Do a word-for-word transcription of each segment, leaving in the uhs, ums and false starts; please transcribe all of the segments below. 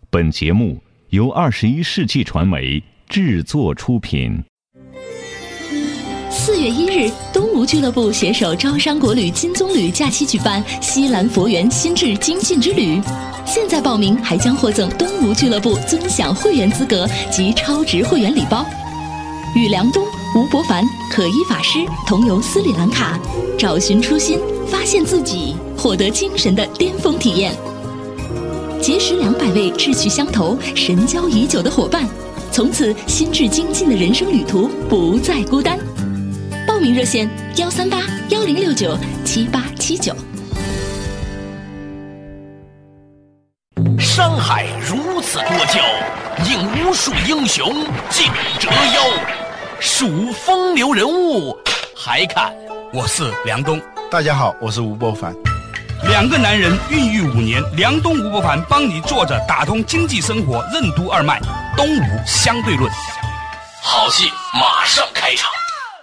本节目由二十一世纪传媒制作出品。 四月一日，东吴俱乐部携手招商国旅、金棕榈假期举办西兰佛缘心智精进之旅。现在报名还将获赠东吴俱乐部尊享会员资格及超值会员礼包。与梁冬、吴伯凡、可依法师同游斯里兰卡，找寻初心，发现自己，获得精神的巅峰体验。结识两百位志趣相投、神交已久的伙伴，从此心智精进的人生旅途不再孤单。报名热线：幺三八幺零六九七八七九。 山海如此多娇，引无数英雄竞折腰。数风流人物，还看我是梁冬。 大家好，我是吴伯凡。 两个男人孕育五年，梁冬、吴伯凡帮你坐着打通经济生活任督二脉，东吴相对论。 好戏马上开场。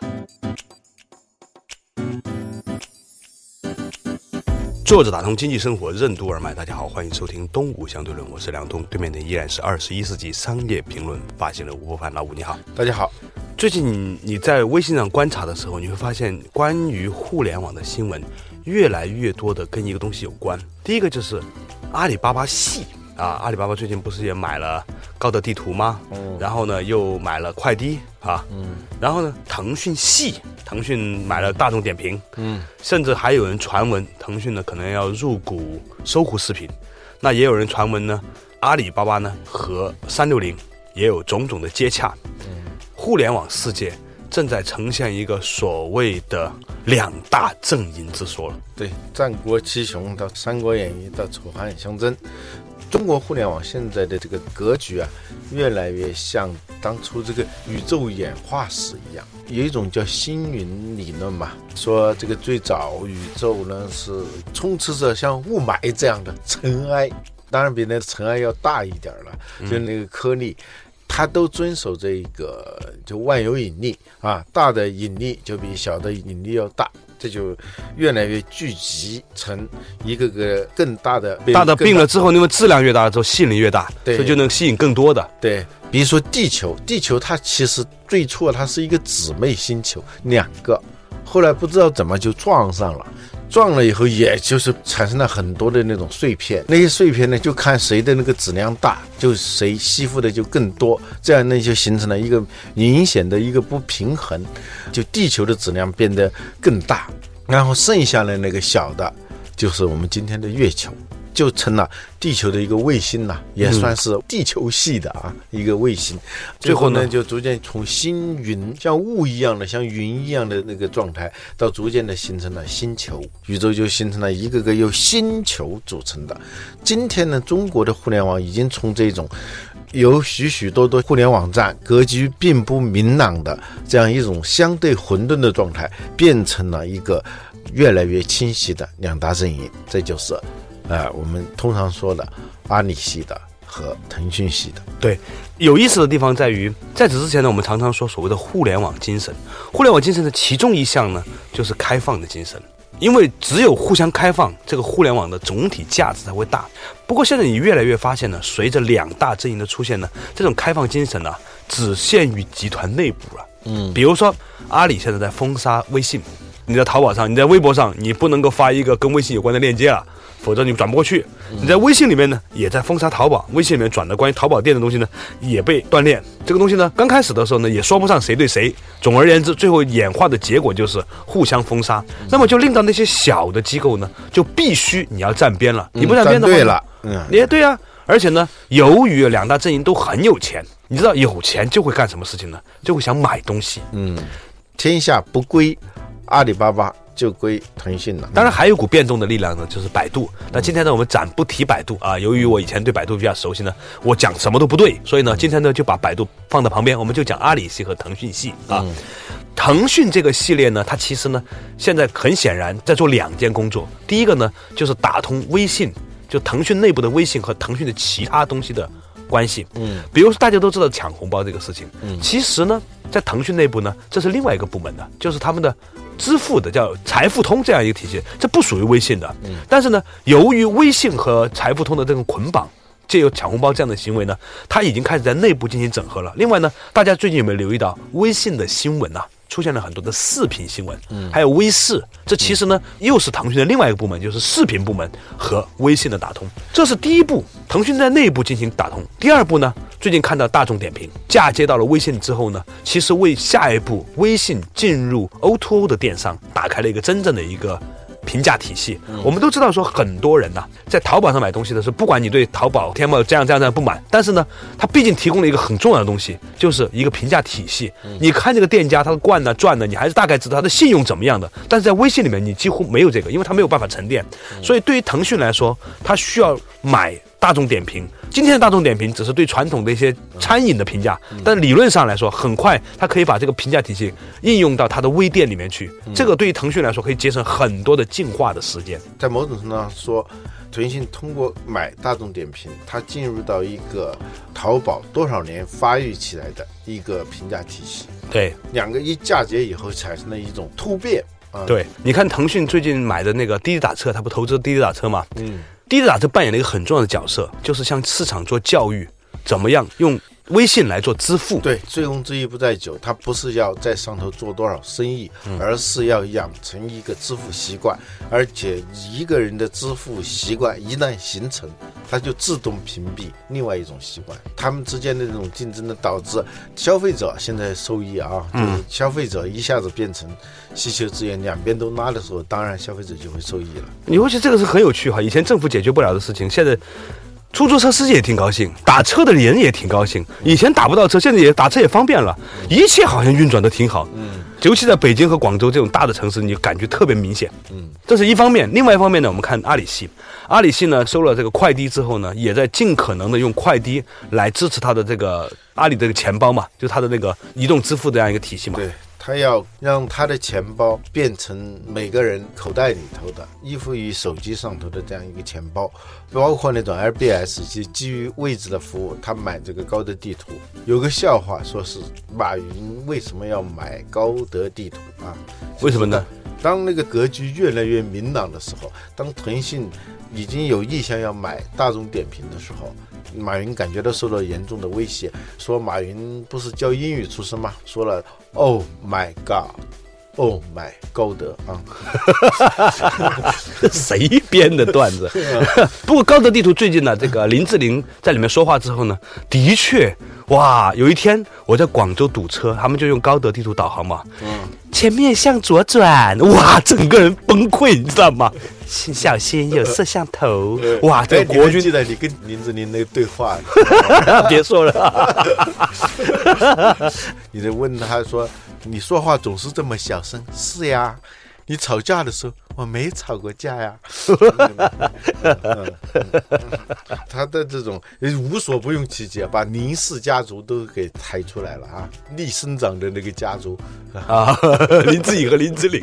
坐着打通经济生活任督二脉，大家好，欢迎收听东吴相对论，我是梁冬，对面的依然是二十一世纪商业评论发行人吴伯凡。老吴你好。 大家好。 最近你在微信上观察的时候，你会发现关于互联网的新闻越来越多的跟一个东西有关。第一个就是阿里巴巴系啊，阿里巴巴最近不是也买了高德地图吗？嗯，然后呢又买了快滴啊，嗯，然后呢腾讯系，腾讯买了大众点评，嗯，甚至还有人传闻腾讯呢可能要入股搜狐视频，那也有人传闻呢阿里巴巴呢和三六零也有种种的接洽。嗯，互联网世界正在呈现一个所谓的两大阵营之说了。 对，战国七雄到三国演义到楚汉相争，中国互联网现在的这个格局啊，越来越像当初这个宇宙演化史一样。有一种叫星云理论嘛，说这个最早宇宙呢是充斥着像雾霾这样的尘埃，当然比那尘埃要大一点了，就那个颗粒。嗯，它都遵守这一个就万有引力啊，大的引力就比小的引力要大，这就越来越聚集成一个个更大的大的病了之后，因为质量越大了之后吸引力越大，所以就能吸引更多的。 对，比如说地球，地球它其实最初它是一个姊妹星球，两个，后来不知道怎么就撞上了。撞了以后，也就是产生了很多的那种碎片，那些碎片呢，就看谁的那个质量大，就谁吸附的就更多，这样呢就形成了一个明显的一个不平衡，就地球的质量变得更大，然后剩下的那个小的，就是我们今天的月球，就成了地球的一个卫星了，也算是地球系的啊、嗯、一个卫星。最后呢，就逐渐从星云像雾一样的、像云一样的那个状态，到逐渐的形成了星球，宇宙就形成了一个个由星球组成的。今天呢，中国的互联网已经从这种有许许多多互联网站格局并不明朗的这样一种相对混沌的状态，变成了一个越来越清晰的两大阵营，这就是呃，我们通常说的阿里系的和腾讯系的。 对，有意思的地方在于，在此之前呢，我们常常说所谓的互联网精神。互联网精神的其中一项呢，就是开放的精神。因为只有互相开放，这个互联网的总体价值才会大。不过现在你越来越发现呢，随着两大阵营的出现呢，这种开放精神呢，只限于集团内部了。嗯，比如说阿里现在在封杀微信，你在淘宝上，你在微博上，你不能够发一个跟微信有关的链接了。否则你转不过去。你在微信里面呢，也在封杀淘宝，微信里面转的关于淘宝店的东西呢，也被断链。这个东西呢，刚开始的时候呢，也说不上谁对谁。总而言之，最后演化的结果就是互相封杀。那么就令到那些小的机构呢，就必须你要站边了。你不站边的话， 对了，嗯， 也对啊。而且呢，由于两大阵营都很有钱，你知道有钱就会干什么事情呢？就会想买东西。 嗯，天下不归阿里巴巴，就归腾讯了。 当然还有股变动的力量呢，就是百度。那今天呢，我们暂不提百度啊，由于我以前对百度比较熟悉呢，我讲什么都不对，所以呢，今天呢就把百度放到旁边，我们就讲阿里系和腾讯系啊。嗯，腾讯这个系列呢，它其实呢，现在很显然在做两件工作。第一个呢，就是打通微信，就腾讯内部的微信和腾讯的其他东西的关系。嗯，比如说大家都知道抢红包这个事情，嗯，其实呢，在腾讯内部呢，这是另外一个部门的，就是他们的支付的叫财付通这样一个体系，这不属于微信的。嗯，但是呢，由于微信和财付通的这种捆绑， 借由抢红包这样的行为呢，它已经开始在内部进行整合了。另外呢，大家最近有没有留意到微信的新闻啊？出现了很多的视频新闻，嗯，还有微视，这其实呢、嗯、又是腾讯的另外一个部门，就是视频部门和微信的打通。这是第一步，腾讯在内部进行打通。第二步呢，最近看到大众点评嫁接到了微信之后呢，其实为下一步微信进入 O to O 的电商打开了一个真正的一个评价体系。我们都知道说很多人呐、啊，在淘宝上买东西的时候，不管你对淘宝、天猫这样这样这样不满，但是呢，它毕竟提供了一个很重要的东西，就是一个评价体系。你看这个店家他的惯呢赚呢，你还是大概知道他的信用怎么样的。但是在微信里面，你几乎没有这个，因为它没有办法沉淀。所以对于腾讯来说，它需要买大众点评。今天的大众点评只是对传统的一些餐饮的评价，但理论上来说，很快它可以把这个评价体系应用到它的微店里面去。这个对于腾讯来说，可以节省很多的进化的时间。 在某种程度上说，腾讯通过买大众点评，它进入到一个淘宝多少年发育起来的一个评价体系。 对， 两个一嫁接以后，产生了一种突变。啊、 对，你看腾讯最近买的那个滴滴打车，它不投资滴滴打车吗？ 嗯。 滴滴打车扮演了一个很重要的角色，就是向市场做教育，怎么样用微信来做支付。 对，醉翁之意不在酒，它不是要在上头做多少生意、嗯、而是要养成一个支付习惯，而且一个人的支付习惯一旦形成，它就自动屏蔽另外一种习惯。他们之间的这种竞争呢，导致消费者现在受益啊，就是消费者一下子变成需求资源两边都拉的时候，当然消费者就会受益了。 你会觉得这个是很有趣哈，以前政府解决不了的事情，现在出租车司机也挺高兴，打车的人也挺高兴。以前打不到车，现在也打车也方便了，一切好像运转的挺好。嗯，尤其在北京和广州这种大的城市，你感觉特别明显。嗯，这是一方面。另外一方面呢，我们看阿里系，阿里系呢收了这个快滴之后呢，也在尽可能的用快滴来支持它的这个阿里这个钱包嘛，就是它的那个移动支付这样一个体系嘛。 对。他要让他的钱包变成每个人口袋里头的依附于手机上头的这样一个钱包，包括那种 L B S 即基于位置的服务。他买这个高德地图，有个笑话说是马云为什么要买高德地图啊？ 为什么呢？ 当那个格局越来越明朗的时候，当腾讯已经有意向要买大众点评的时候，马云感觉到受到严重的威胁，说马云不是教英语出身吗？说了 Oh my God Oh my 高德啊， 这谁编的段子？不过高德地图最近呢，这个林志玲在里面说话之后呢，的确，哇，有一天我在广州堵车，他们就用高德地图导航嘛，嗯，前面向左转，哇，整个人崩溃，你知道吗？请小心有摄像头，哇，这个国军记得你跟林志玲那个对话， 别说了， 你在问他说。你说话总是这么小声，是呀。你吵架的时候，我没吵过架呀。他的这种无所不用其极，把林氏家族都给抬出来了啊！逆生长的那个家族啊，林志颖和林志玲。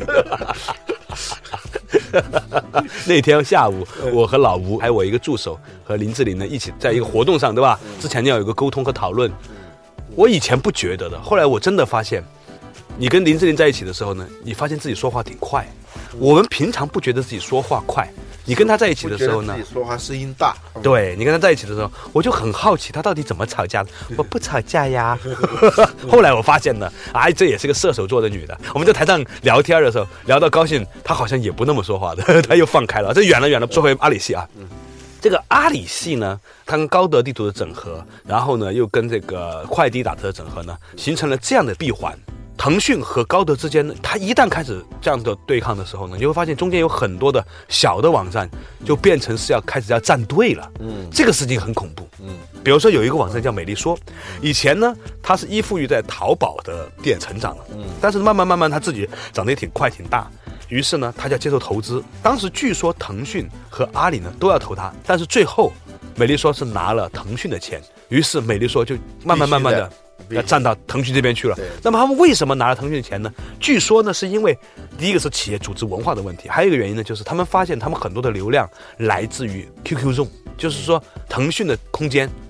那天下午，我和老吴还有我一个助手和林志玲呢一起在一个活动上，对吧？之前要有一个沟通和讨论。我以前不觉得的，后来我真的发现。你跟林志玲在一起的时候呢，你发现自己说话挺快。我们平常不觉得自己说话快，你跟他在一起的时候呢， 自己说话声音大。 对，你跟他在一起的时候，我就很好奇他到底怎么吵架的。我不吵架呀。后来我发现呢，哎，这也是个射手座的女的。我们在台上聊天的时候，聊到高兴，她好像也不那么说话的，她又放开了。这远了远了，说回阿里系啊。嗯，这个阿里系呢，它跟高德地图的整合，然后呢又跟这个快滴打车的整合呢，形成了这样的闭环。腾讯和高德之间呢，它一旦开始这样的对抗的时候呢，你会发现中间有很多的小的网站就变成是要开始要站队了。嗯，这个事情很恐怖。嗯，比如说有一个网站叫美丽说，以前呢它是依附于在淘宝的店成长的，嗯，但是慢慢慢慢它自己长得也挺快挺大，于是呢它就要接受投资。当时据说腾讯和阿里呢都要投它，但是最后美丽说是拿了腾讯的钱，于是美丽说就慢慢慢慢的。要站到腾讯这边去了。那么他们为什么拿了腾讯的钱呢？据说呢，是因为第一个是企业组织文化的问题，还有一个原因呢，就是他们发现他们很多的流量来自于 Q Q Zone， 就是说腾讯的空间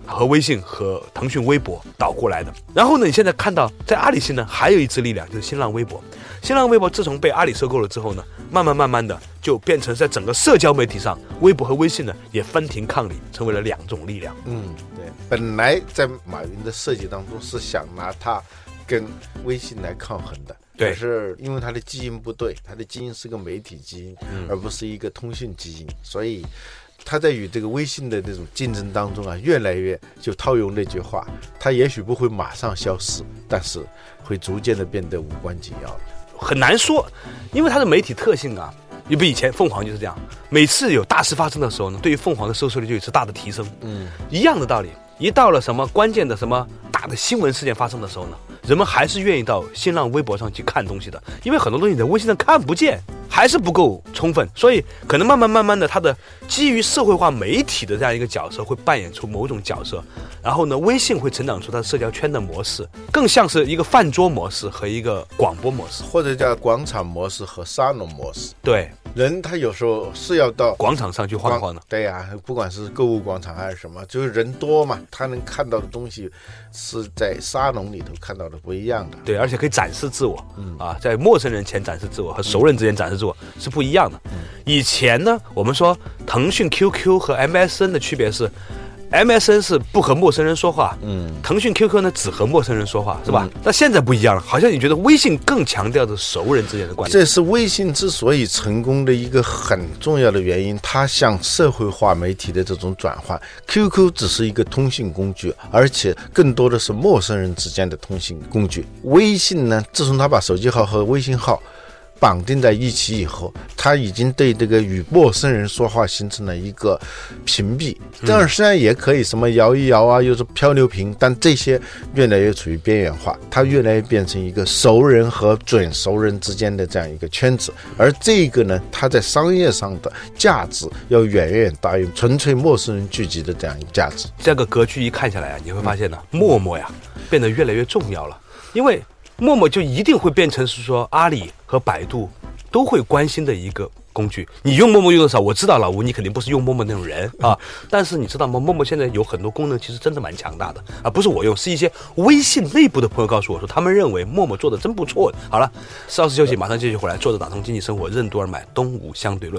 和微信和腾讯微博倒过来的。然后呢，你现在看到在阿里系呢还有一支力量，就是新浪微博。新浪微博自从被阿里收购了之后呢，慢慢慢慢的就变成在整个社交媒体上，微博和微信呢也分庭抗礼，成为了两种力量。 嗯，对，本来在马云的设计当中是想拿它跟微信来抗衡的， 对， 可是因为它的基因不对，它的基因是个媒体基因，嗯、而不是一个通讯基因，所以他在与这个微信的这种竞争当中啊，越来越就套用那句话，它也许不会马上消失，但是会逐渐的变得无关紧要。 很难说，因为它的媒体特性啊，你比以前凤凰就是这样，每次有大事发生的时候呢，对于凤凰的收视率就有一次大的提升。嗯，一样的道理，一到了什么关键的什么大的新闻事件发生的时候呢，人们还是愿意到新浪微博上去看东西的，因为很多东西你在微信上看不见，还是不够充分，所以可能慢慢慢慢的，它的基于社会化媒体的这样一个角色会扮演出某种角色，然后呢，微信会成长出它的社交圈的模式，更像是一个饭桌模式和一个广播模式， 或者叫广场模式和沙龙模式。 对， 人他有时候是要到广场上去晃晃的。 对呀、啊，不管是购物广场还是什么，就是人多嘛，他能看到的东西是在沙龙里头看到的不一样的。 对，而且可以展示自我，嗯啊，在陌生人前展示自我和熟人之间展示自我是不一样的。嗯、以前呢，我们说腾讯 Q Q 和 M S N 的区别是 ，M S N 是不和陌生人说话，嗯，腾讯 Q Q 呢只和陌生人说话，是吧？嗯、那现在不一样了，好像你觉得微信更强调着熟人之间的关系。 这是微信之所以成功的一个很重要的原因，它向社会化媒体的这种转换。Q Q 只是一个通信工具，而且更多的是陌生人之间的通信工具。微信呢，自从他把手机号和微信号绑定在一起以后，他已经对这个与陌生人说话形成了一个屏蔽。当然虽然也可以什么摇一摇啊，又是漂流瓶，但这些越来越处于边缘化，它越来越变成一个熟人和准熟人之间的这样一个圈子。而这个呢，它在商业上的价值要远远大于纯粹陌生人聚集的这样一个价值。 这个格局一看下来啊，你会发现呢，陌陌呀变得越来越重要了，因为陌陌就一定会变成是说阿里和百度都会关心的一个工具。你用陌陌用的少，我知道老吴你肯定不是用陌陌那种人啊，但是你知道吗？陌陌现在有很多功能其实真的蛮强大的啊，不是我用，是一些微信内部的朋友告诉我说，他们认为陌陌做的真不错。好了，稍事休息，马上继续回来，坐着打通经济生活，任督二脉，东吴相对论。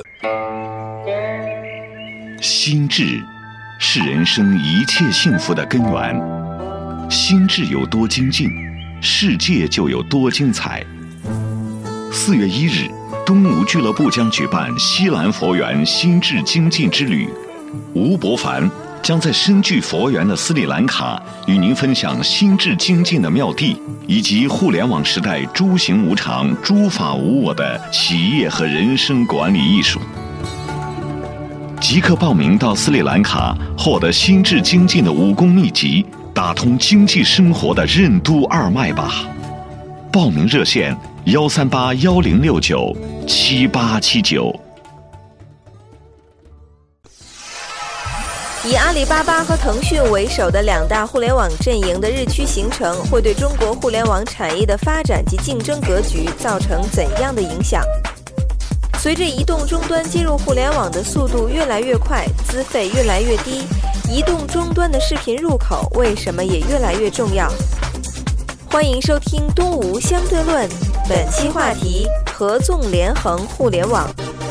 心智是人生一切幸福的根源，心智有多精进，世界就有多精彩。四月一日，东吴俱乐部将举办西兰佛缘心智精进之旅。吴伯凡将在深具佛缘的斯里兰卡与您分享心智精进的妙地，以及互联网时代诸行无常、诸法无我的企业和人生管理艺术。即刻报名到斯里兰卡，获得心智精进的武功秘籍，打通经济生活的任督二脉吧。报名热线幺三八幺零六九七八七九。 以阿里巴巴和腾讯为首的两大互联网阵营的日趋形成，会对中国互联网产业的发展及竞争格局造成怎样的影响？随着移动终端接入互联网的速度越来越快，资费越来越低，移动终端的视频入口为什么也越来越重要？欢迎收听东吴相对论，本期话题：合纵连横互联网。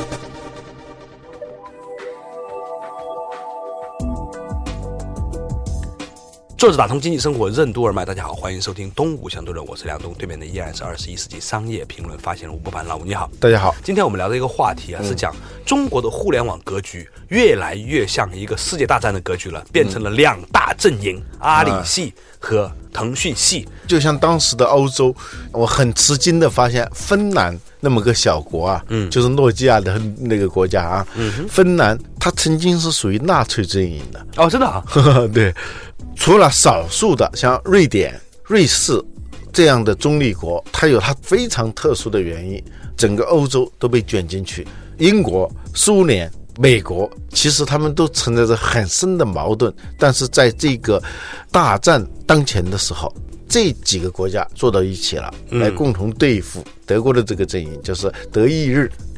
坐着打通经济生活，任督二脉。大家好，欢迎收听东吴相对论，我是梁东，对面的依然是二十一世纪商业评论发现人吴伯凡。老吴你好。 大家好。 今天我们聊的一个话题啊，嗯、是讲中国的互联网格局越来越像一个世界大战的格局了，变成了两大阵营，嗯、阿里系和腾讯系。 就像当时的欧洲，我很吃惊的发现，芬兰那么个小国啊，嗯，就是诺基亚的那个国家啊，嗯，芬兰它曾经是属于纳粹阵营的。 哦，真的啊？ 对。除了少数的像瑞典、瑞士这样的中立国，它有它非常特殊的原因，整个欧洲都被卷进去。英国、苏联、美国，其实他们都存在着很深的矛盾，但是在这个大战当前的时候，这几个国家坐到一起了，来共同对付德国的这个阵营，就是德意日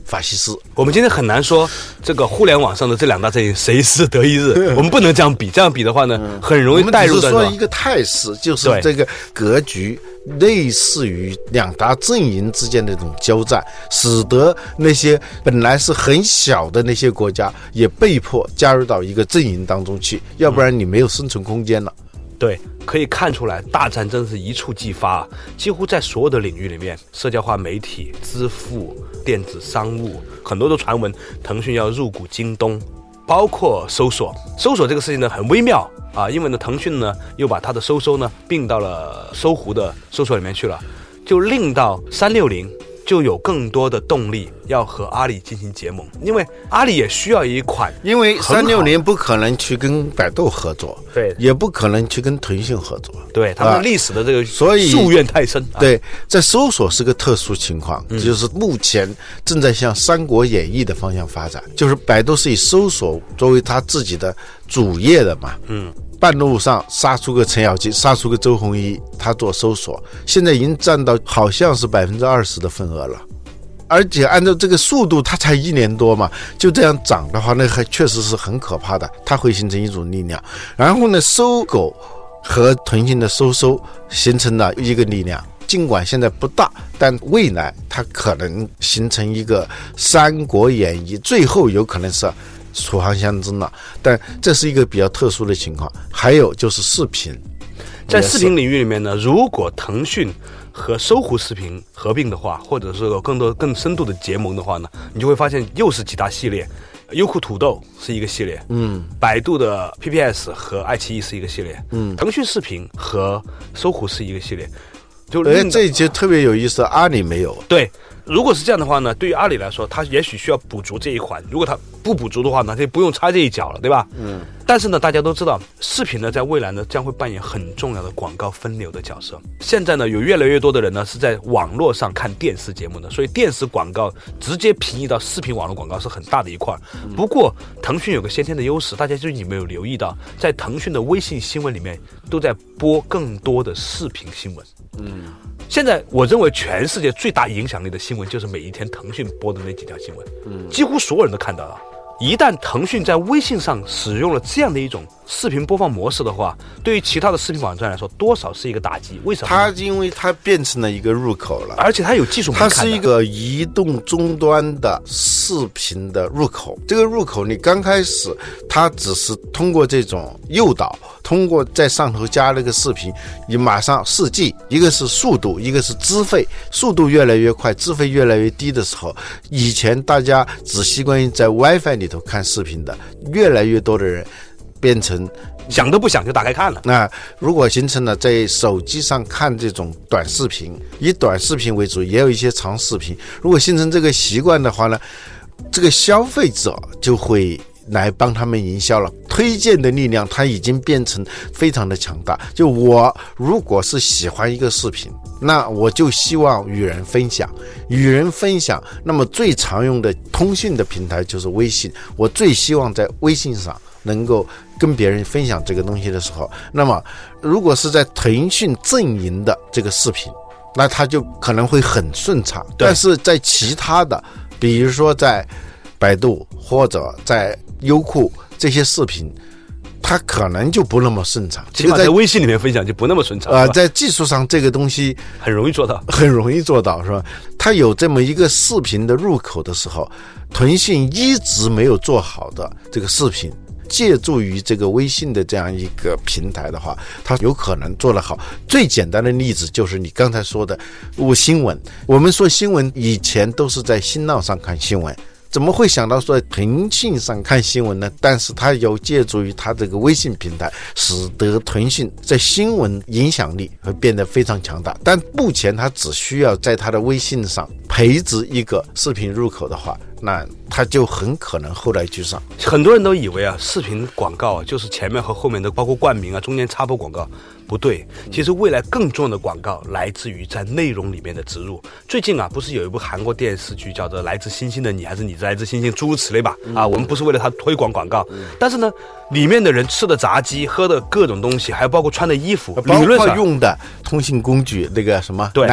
法西斯。 我们今天很难说这个互联网上的这两大阵营谁是得一日，我们不能这样比，这样比的话呢，嗯、很容易带入的。 我们只是说一个态势，就是这个格局类似于两大阵营之间的这种交战，使得那些本来是很小的那些国家也被迫加入到一个阵营当中去，要不然你没有生存空间了。 对，可以看出来，大战真是一触即发，几乎在所有的领域里面，社交化媒体、支付、电子商务，很多的传闻，腾讯要入股京东，包括搜索。搜索这个事情呢，很微妙啊，因为呢，腾讯呢又把它的搜搜呢并到了搜狐的搜索里面去了，就令到三六零就有更多的动力要和阿里进行结盟，因为阿里也需要一款， 因为三六零不可能去跟百度合作， 对， 也不可能去跟腾讯合作， 对，他们历史的这个所以夙愿太深。 对，在搜索是个特殊情况，嗯、就是目前正在向《三国演义》的方向发展，就是百度是以搜索作为它自己的主业的嘛，嗯。半路上杀出个程咬金，杀出个周鸿祎，他做搜索，现在已经占到好像是百分之二十的份额了，而且按照这个速度，它才一年多嘛，就这样涨的话，那还确实是很可怕的，它会形成一种力量。然后呢，搜狗和腾讯的搜搜形成了一个力量，尽管现在不大，但未来它可能形成一个《三国演义》，最后有可能是楚汉相争了，但这是一个比较特殊的情况。还有就是视频， 在视频领域里面呢，如果腾讯和搜狐视频合并的话，或者是有更多更深度的结盟的话呢，你就会发现又是几大系列。优酷土豆是一个系列，嗯，百度的 P P S 和爱奇艺是一个系列，嗯，腾讯视频和搜狐是一个系列。就哎，这一节特别有意思，阿里没有。 对，如果是这样的话呢，对于阿里来说，它也许需要补足这一环。如果它不补足的话呢，它就不用插这一脚了，对吧？嗯。但是呢，大家都知道，视频呢，在未来呢，将会扮演很重要的广告分流的角色。现在呢，有越来越多的人呢，是在网络上看电视节目的，所以电视广告直接平移到视频网络广告是很大的一块。不过，腾讯有个先天的优势，大家就有没有留意到，在腾讯的微信新闻里面，都在播更多的视频新闻。嗯。现在我认为全世界最大影响力的新闻就是每一天腾讯播的那几条新闻，嗯，几乎所有人都看到了。一旦腾讯在微信上使用了这样的一种视频播放模式的话，对于其他的视频网站来说，多少是一个打击。为什么？ 它因为它变成了一个入口了， 而且它有技术门槛的。 它是一个移动终端的视频的入口。这个入口你刚开始，它只是通过这种诱导，通过在上头加了个视频，你马上四 G， 一个是速度，一个是资费，速度越来越快，资费越来越低的时候，以前大家只习惯于在 WiFi 里头看视频的，越来越多的人变成想都不想就打开看了。 那如果形成了在手机上看这种短视频，以短视频为主，也有一些长视频，如果形成这个习惯的话呢，这个消费者就会来帮他们营销了，推荐的力量它已经变成非常的强大。就我如果是喜欢一个视频，那我就希望与人分享，与人分享，那么最常用的通讯的平台就是微信，我最希望在微信上能够跟别人分享这个东西的时候，那么如果是在腾讯阵营的这个视频，那它就可能会很顺畅。但是在其他的，比如说在百度或者在优酷这些视频，它可能就不那么顺畅， 起码在微信里面分享就不那么顺畅。 呃，在技术上这个东西很容易做到， 很容易做到，是吧？它有这么一个视频的入口的时候，腾讯一直没有做好的这个视频，借助于这个微信的这样一个平台的话，它有可能做得好。最简单的例子就是你刚才说的我新闻，我们说新闻以前都是在新浪上看新闻，怎么会想到说腾讯上看新闻呢？但是它有借助于它这个微信平台，使得腾讯在新闻影响力会变得非常强大。但目前它只需要在它的微信上培植一个视频入口的话，那它就很可能后来居上。 很多人都以为啊，视频广告就是前面和后面的包括冠名啊，中间插播广告。不对，其实未来更重要的广告来自于在内容里面的植入。最近啊，不是有一部韩国电视剧叫做《来自星星的你》还是你来自星星，诸如此类吧？啊，我们不是为了它推广广告，但是呢，里面的人吃的炸鸡、喝的各种东西，还有包括穿的衣服， 包括用的通信工具那个什么对 Line，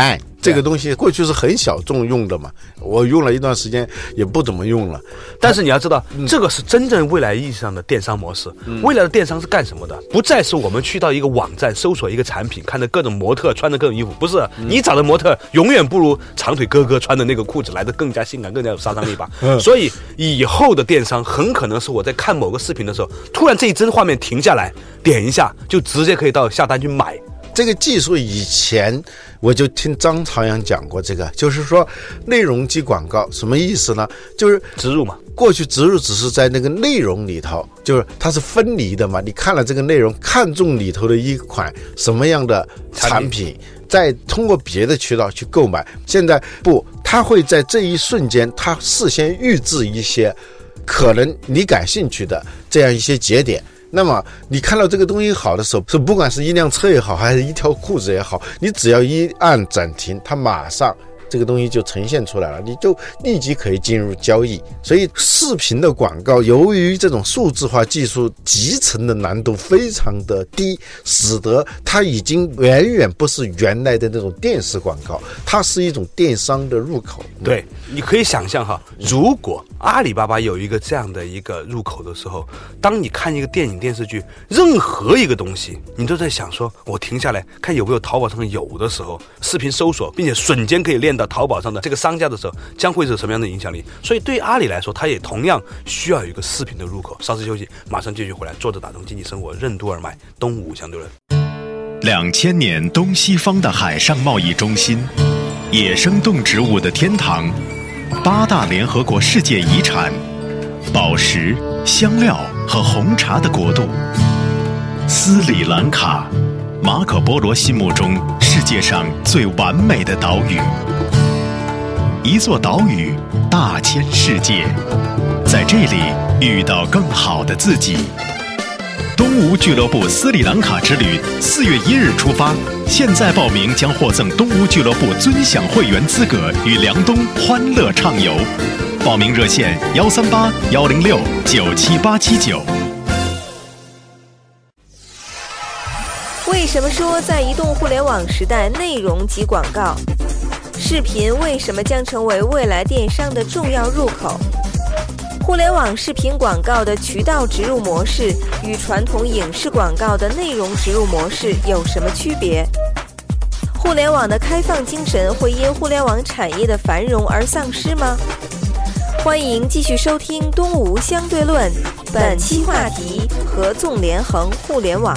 这个东西过去是很小众用的嘛，我用了一段时间也不怎么用了。 但是你要知道，嗯、这个是真正未来意义上的电商模式。嗯、未来的电商是干什么的？不再是我们去到一个网站搜索一个产品，看着各种模特穿着各种衣服，不是、嗯、你找的模特永远不如长腿哥哥穿的那个裤子来的更加性感，更加有杀伤力吧。嗯、所以以后的电商很可能是我在看某个视频的时候，突然这一帧画面停下来，点一下就直接可以到下单去买。 这个技术以前我就听张朝阳讲过，这个就是说内容及广告什么意思呢？就是植入嘛。 过去植入只是在那个内容里头，就是它是分离的嘛。你看了这个内容，看中里头的一款什么样的产品，再通过别的渠道去购买。现在不，它会在这一瞬间，它事先预制一些可能你感兴趣的这样一些节点。那么你看到这个东西好的时候，是不管是一辆车也好，还是一条裤子也好，你只要一按暂停，它马上这个东西就呈现出来了，你就立即可以进入交易。所以视频的广告由于这种数字化技术集成的难度非常的低，使得它已经远远不是原来的那种电视广告，它是一种电商的入口。 对，你可以想象哈，如果阿里巴巴有一个这样的一个入口的时候，当你看一个电影电视剧，任何一个东西你都在想说我停下来看有没有淘宝上有的时候，视频搜索并且瞬间可以链到淘宝上的这个商家的时候，将会是什么样的影响力？所以对于阿里来说，它也同样需要有一个视频的入口。稍事休息，马上继续回来，坐着打通经济生活，任督二脉，东吴相对论。 两千年东西方的海上贸易中心，野生动植物的天堂，八大联合国世界遗产，宝石、香料和红茶的国度——斯里兰卡，马可波罗心目中世界上最完美的岛屿。一座岛屿大千世界，在这里遇到更好的自己。东吴俱乐部斯里兰卡之旅四月一日出发，现在报名将获赠东吴俱乐部尊享会员资格，与梁冬欢乐畅游。报名热线幺三八幺零六九七八七九。 为什么说在移动互联网时代，内容及广告、视频为什么将成为未来电商的重要入口？互联网视频广告的渠道植入模式与传统影视广告的内容植入模式有什么区别？互联网的开放精神会因互联网产业的繁荣而丧失吗？欢迎继续收听《东吴相对论》，本期话题：合纵连横互联网。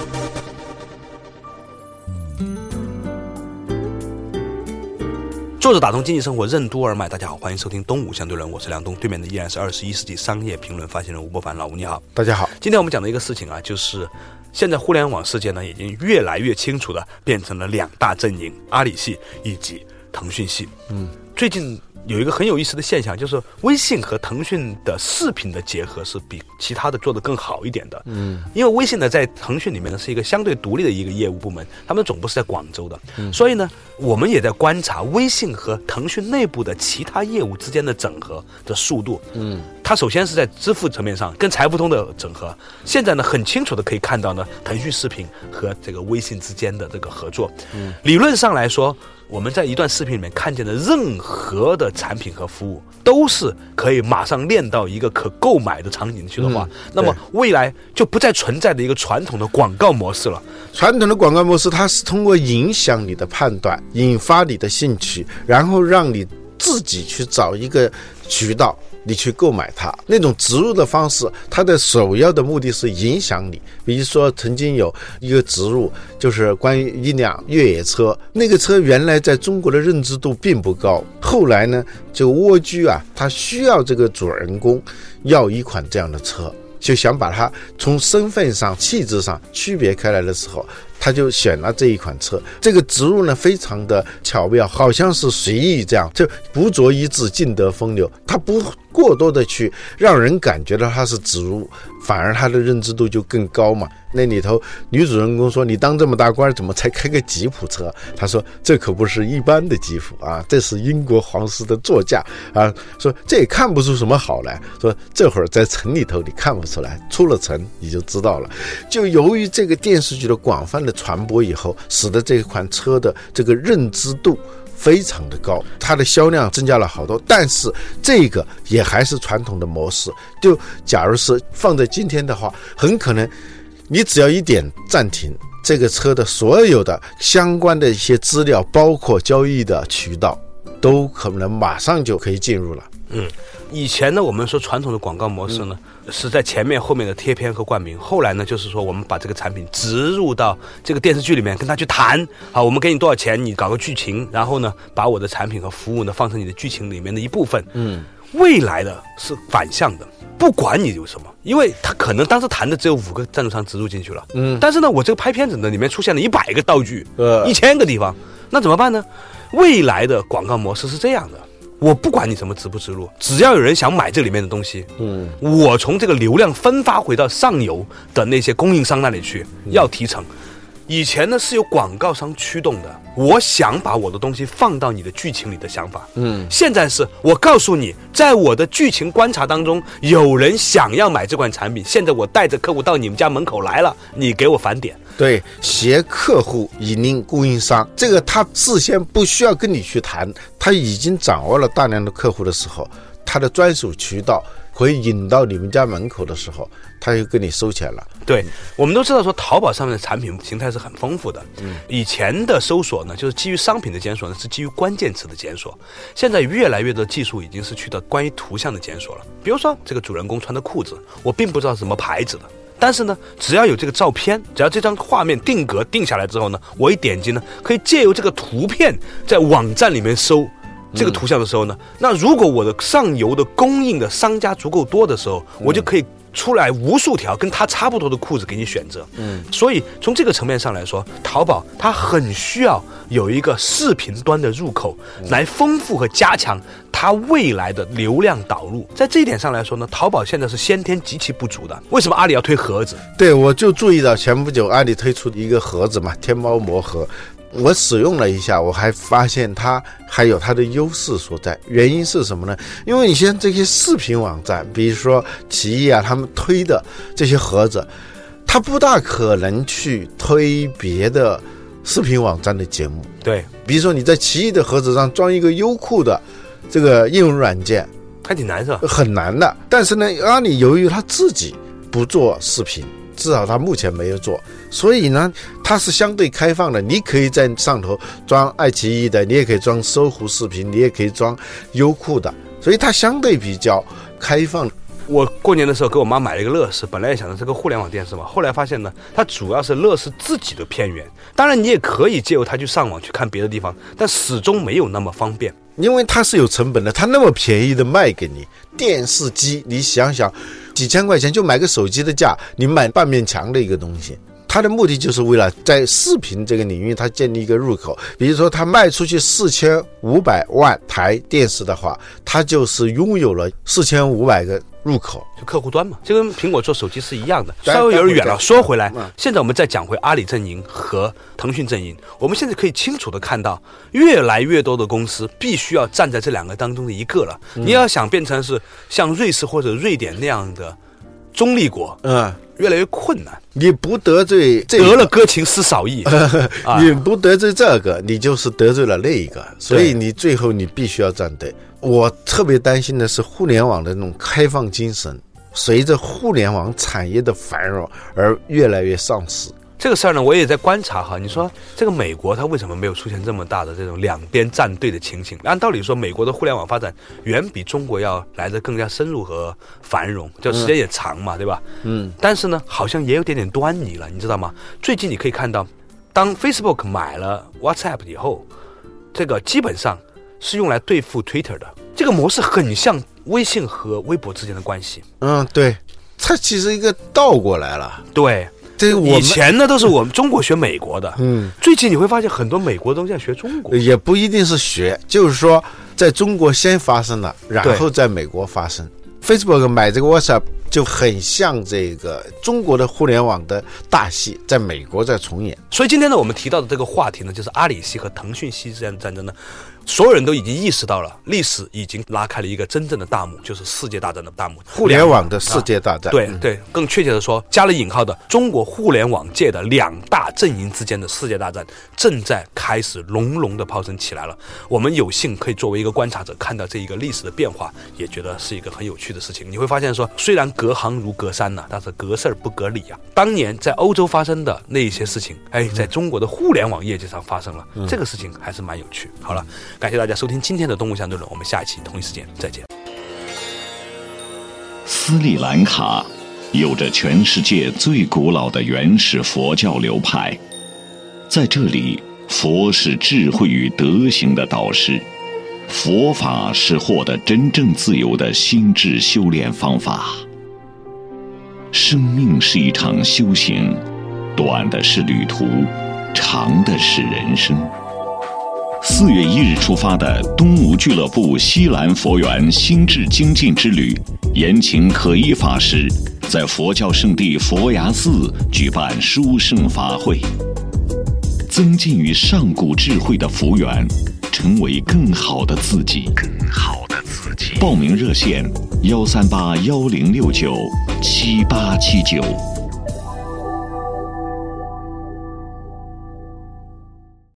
作者打通经济生活，任督二脉。大家好，欢迎收听东吴相对论，我是梁东，对面的依然是二十一世纪商业评论发行人吴伯凡。老吴你好。 大家好。 今天我们讲的一个事情啊，就是现在互联网世界呢，已经越来越清楚的变成了两大阵营，阿里系以及腾讯系。嗯，最近有一个很有意思的现象，就是微信和腾讯的视频的结合是比其他的做得更好一点的。嗯，因为微信呢在腾讯里面呢是一个相对独立的一个业务部门，他们的总部是在广州的。嗯，所以呢我们也在观察微信和腾讯内部的其他业务之间的整合的速度。嗯，它首先是在支付层面上跟财付通的整合，现在呢很清楚的可以看到呢腾讯视频和这个微信之间的这个合作。嗯，理论上来说，我们在一段视频里面看见的任何的产品和服务都是可以马上链到一个可购买的场景去的话，嗯、那么未来就不再存在的一个传统的广告模式了。 传统的广告模式，它是通过影响你的判断，引发你的兴趣，然后让你自己去找一个渠道，你去购买它。那种植入的方式，它的首要的目的是影响你。比如说曾经有一个植入，就是关于一辆越野车，那个车原来在中国的认知度并不高，后来呢这个蜗居啊，他需要这个主人公要一款这样的车，就想把它从身份上气质上区别开来的时候，他就选了这一款车。这个植入呢非常的巧妙，好像是随意这样，就不着一致尽得风流，他不过多的去让人感觉到它是植入，反而它的认知度就更高嘛。那里头女主人公说，你当这么大官怎么才开个吉普车？他说这可不是一般的吉普啊，这是英国皇室的座驾啊。说这也看不出什么好来，说这会儿在城里头你看不出来，出了城你就知道了。就由于这个电视剧的广泛的传播以后，使得这款车的这个认知度非常的高，它的销量增加了好多，但是这个也还是传统的模式。就假如是放在今天的话，很可能你只要一点暂停，这个车的所有的相关的一些资料，包括交易的渠道，都可能马上就可以进入了。 嗯，以前呢，我们说传统的广告模式呢，嗯、是在前面后面的贴片和冠名。后来呢，就是说我们把这个产品植入到这个电视剧里面，跟他去谈，好，我们给你多少钱，你搞个剧情，然后呢，把我的产品和服务呢放成你的剧情里面的一部分。嗯，未来的是反向的，不管你有什么，因为他可能当时谈的只有五个赞助商植入进去了。嗯，但是呢，我这个拍片子呢，里面出现了一百个道具，呃，一千个地方，那怎么办呢？未来的广告模式是这样的。我不管你怎么植不植入，只要有人想买这里面的东西，嗯，我从这个流量分发回到上游的那些供应商那里去，要提成。以前呢是由广告商驱动的，我想把我的东西放到你的剧情里的想法，嗯，现在是我告诉你，在我的剧情观察当中，有人想要买这款产品，现在我带着客户到你们家门口来了，你给我返点。 对，携客户引领供应商，这个他事先不需要跟你去谈，他已经掌握了大量的客户的时候，他的专属渠道可以引到你们家门口的时候，他就跟你收钱了。 对，我们都知道说淘宝上面的产品形态是很丰富的。嗯，以前的搜索呢，就是基于商品的检索呢，是基于关键词的检索。现在越来越多的技术已经是去到关于图像的检索了。比如说这个主人公穿的裤子，我并不知道什么牌子的。但是呢，只要有这个照片，只要这张画面定格定下来之后呢，我一点击呢，可以借由这个图片在网站里面搜这个图像的时候呢，那如果我的上游的供应的商家足够多的时候，我就可以出来无数条跟它差不多的裤子给你选择。嗯，所以从这个层面上来说，淘宝它很需要有一个视频端的入口来丰富和加强它未来的流量导入。在这一点上来说呢，淘宝现在是先天极其不足的。为什么阿里要推盒子？ 对，我就注意到前不久阿里推出一个盒子嘛，天猫魔盒。我使用了一下，我还发现它还有它的优势所在。原因是什么呢？因为你像这些视频网站，比如说奇艺啊，他们推的这些盒子，它不大可能去推别的视频网站的节目。 对， 比如说你在奇艺的盒子上装一个优酷的这个应用软件， 还挺难是吧？ 很难的。但是呢，阿里由于他自己不做视频，至少他目前没有做，所以呢，它是相对开放的。你可以在上头装爱奇艺的，你也可以装搜狐视频，你也可以装优酷的，所以它相对比较开放。 我过年的时候给我妈买了一个乐视，本来也想着这个互联网电视嘛，后来发现呢，它主要是乐视自己的片源，当然你也可以借由它去上网去看别的地方，但始终没有那么方便。 因为它是有成本的，它那么便宜的卖给你电视机，你想想几千块钱就买个手机的价，你买半面墙的一个东西，它的目的就是为了在视频这个领域它建立一个入口。比如说它卖出去四千五百万台电视的话，它就是拥有了四千五百个入口， 就客户端嘛，就跟苹果做手机是一样的。稍微有点远了，说回来，现在我们再讲回阿里阵营和腾讯阵营，我们现在可以清楚的看到，越来越多的公司必须要站在这两个当中的一个了。嗯、你要想变成是像瑞士或者瑞典那样的中立国，嗯，越来越困难。 你不得罪这个， 得了歌情失少意， 你不得罪这个，你就是得罪了那一个，所以你最后你必须要站队。我特别担心的是互联网的那种开放精神，随着互联网产业的繁荣而越来越丧失。 这个事儿呢，我也在观察哈。你说这个美国它为什么没有出现这么大的这种两边站队的情形？按道理说，美国的互联网发展远比中国要来得更加深入和繁荣，就时间也长嘛，对吧？嗯。但是呢，好像也有点点端倪了，你知道吗？最近你可以看到，当 Facebook 买了 WhatsApp 以后，这个基本上是用来对付 Twitter 的。这个模式很像微信和微博之间的关系。 嗯，对，它其实一个倒过来了。 对。这个以前呢都是我们中国学美国的，嗯，最近你会发现很多美国东西在学中国， 也不一定是学，就是说在中国先发生了，然后在美国发生。Facebook 买这个 WhatsApp 就很像这个中国的互联网的大戏，在美国在重演。 所以今天呢，我们提到的这个话题呢，就是阿里系和腾讯系之间的战争呢， 所有人都已经意识到了，历史已经拉开了一个真正的大幕，就是世界大战的大幕， 互联网的世界大战。 啊、对对，更确切的说，加了引号的中国互联网界的两大阵营之间的世界大战正在开始隆隆的炮声起来了。我们有幸可以作为一个观察者看到这一个历史的变化，也觉得是一个很有趣的事情。你会发现说，虽然隔行如隔山呢、啊，但是隔事儿不隔理啊。当年在欧洲发生的那一些事情，哎，在中国的互联网业界上发生了，嗯、这个事情还是蛮有趣。好了，感谢大家收听今天的动物相对论，我们下一期同一时间再见。 斯里兰卡有着全世界最古老的原始佛教流派，在这里，佛是智慧与德行的导师，佛法是获得真正自由的心智修炼方法。生命是一场修行，短的是旅途，长的是人生。四月一日出发的东吴俱乐部西兰佛缘心智精进之旅，延请可依法师在佛教圣地佛牙寺举办殊胜法会，增进与上古智慧的福缘，成为更好的自己。更好的自己。报名热线：幺三八幺零六九七八七九。